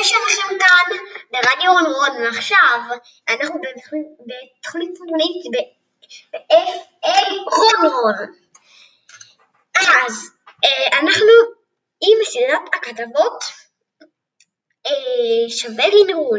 שלכם כאן ברדיו רון, ועכשיו אנחנו בתוכנית צמרונית ב-FM רון. אז אנחנו עם סדרת הכתבות שווה לנרון.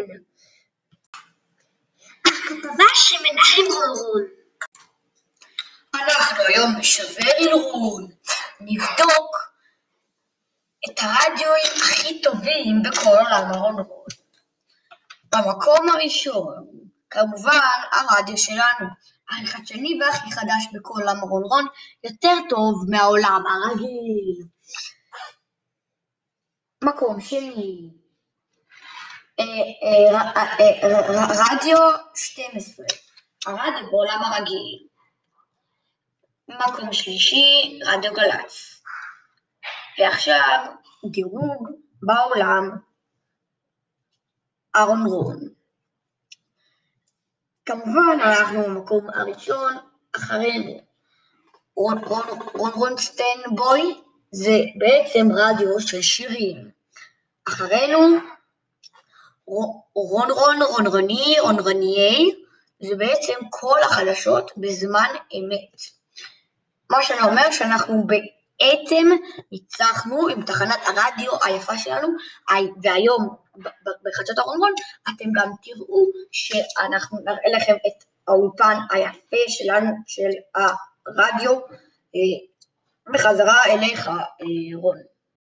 הכתבה של מנחם רון. אנחנו היום בשווה לנרון נבדוק את הרדיואים הכי טובים בכל עולם רון. במקום הראשון, כמובן, הרדיו שלנו, הכי חדשני והכי חדש בכל עולם רון, יותר טוב מהעולם הרגיל. מקום שני, רדיו 12, הרדיו בעולם הרגיל. מקום שלישי, רדיו גל"צ. ועכשיו דירוג בעולם רון. כמובן אנחנו במקום הראשון אחרינו. רון סטנבוי זה בעצם רדיו של שירים. אחרינו רון רוניי זה בעצם כל החדשות בזמן אמת. מה שאני אומר שאנחנו בעצם ניצחנו עם תחנת הרדיו היפה שלנו, והיום בחדשות רון אתם גם תראו שאנחנו נראה לכם את האולפן היפה שלנו של הרדיו. בחזרה אליך רון.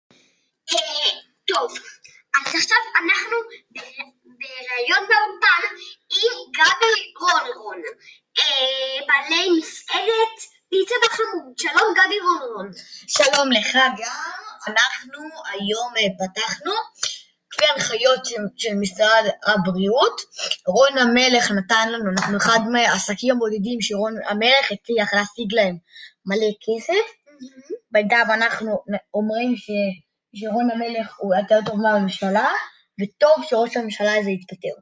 טוב, אז עכשיו אנחנו בראיון באולפן עם גבי רון, בעלי מסעדת פיצה בחמוד. שלום גבי רון. שלום לך גם. אנחנו היום פתחנו כפי הנחיות של משרד הבריאות. רון המלך נתן לנו, אנחנו אחד מהעסקים הבודדים שרון המלך הצליח להשיג להם מלא כסף. בינתיים אנחנו אומרים שרון המלך הוא יותר טוב מהממשלה, וטוב שראש הממשלה הזה יתפטר.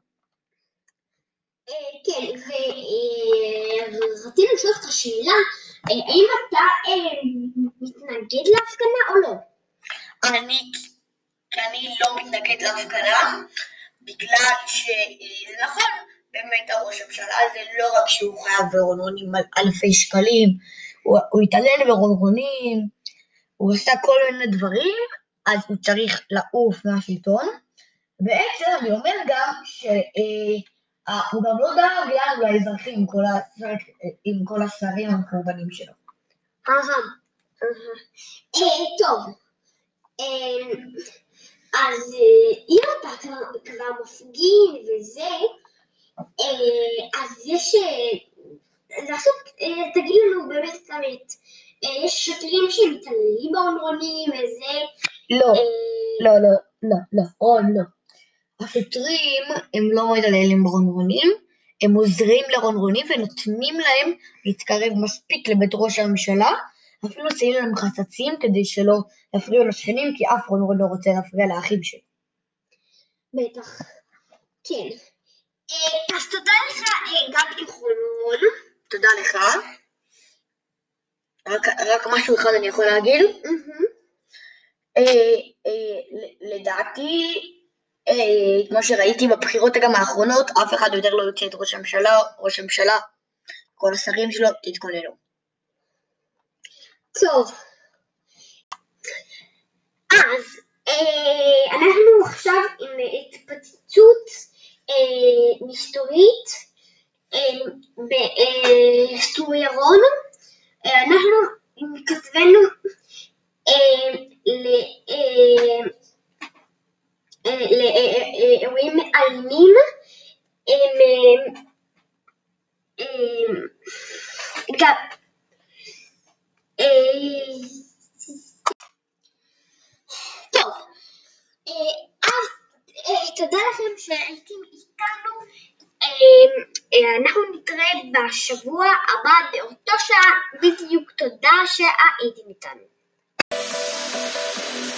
כן, ורצינו לשאול את השאלה, האם אתה מתנגד להפגנה או לא? אני לא מתנגד להפגנה, בגלל שזה נכון, באמת ראש הממשלה הזה לא רק שהוא חייב ברונונים על אלפי שקלים, הוא התעלל ברונונים, הוא עושה כל מיני דברים, אז הוא צריך לעוף מהשלטון. בעצם אני אומר גם שהוא גם לא דאג לאזרחים עם כל השרים המקורבנים שלו. טוב, אז אם אתה כבר מפגין וזה, אז יש, תגיד לנו באמת תמיד, יש שוטרים שמתעללים ברונונים וזה? לא, רון, לא. השוטרים הם לא מתעללים ברונונים, הם עוזרים לרונונים ונותנים להם להתקרב מספיק לבית ראש הממשלה, אפילו שמים להם חצצים כדי שלא יפריעו לשכנים, כי אף רונון לא רוצה להפריע לאחים שלו. בטח, כן. אז תודה לך גבי רון. תודה לך. רק משהו אחד אני יכול להגיד. לדעתי, כמו שראיתי בבחירות גם האחרונות, אף אחד יותר לא יוצא את ראש הממשלה, כל השרים שלו, תתכוננו. טוב, אז אנחנו עכשיו עם התפוצצות מסתורית בסוריה רון. אנחנו כתבנו לאירועים אלימים גם טוב, אז תודה לכם שהייתם איתנו. אנחנו נתראה בשבוע הבא באותו שעה בדיוק. תודה שהייתם איתנו.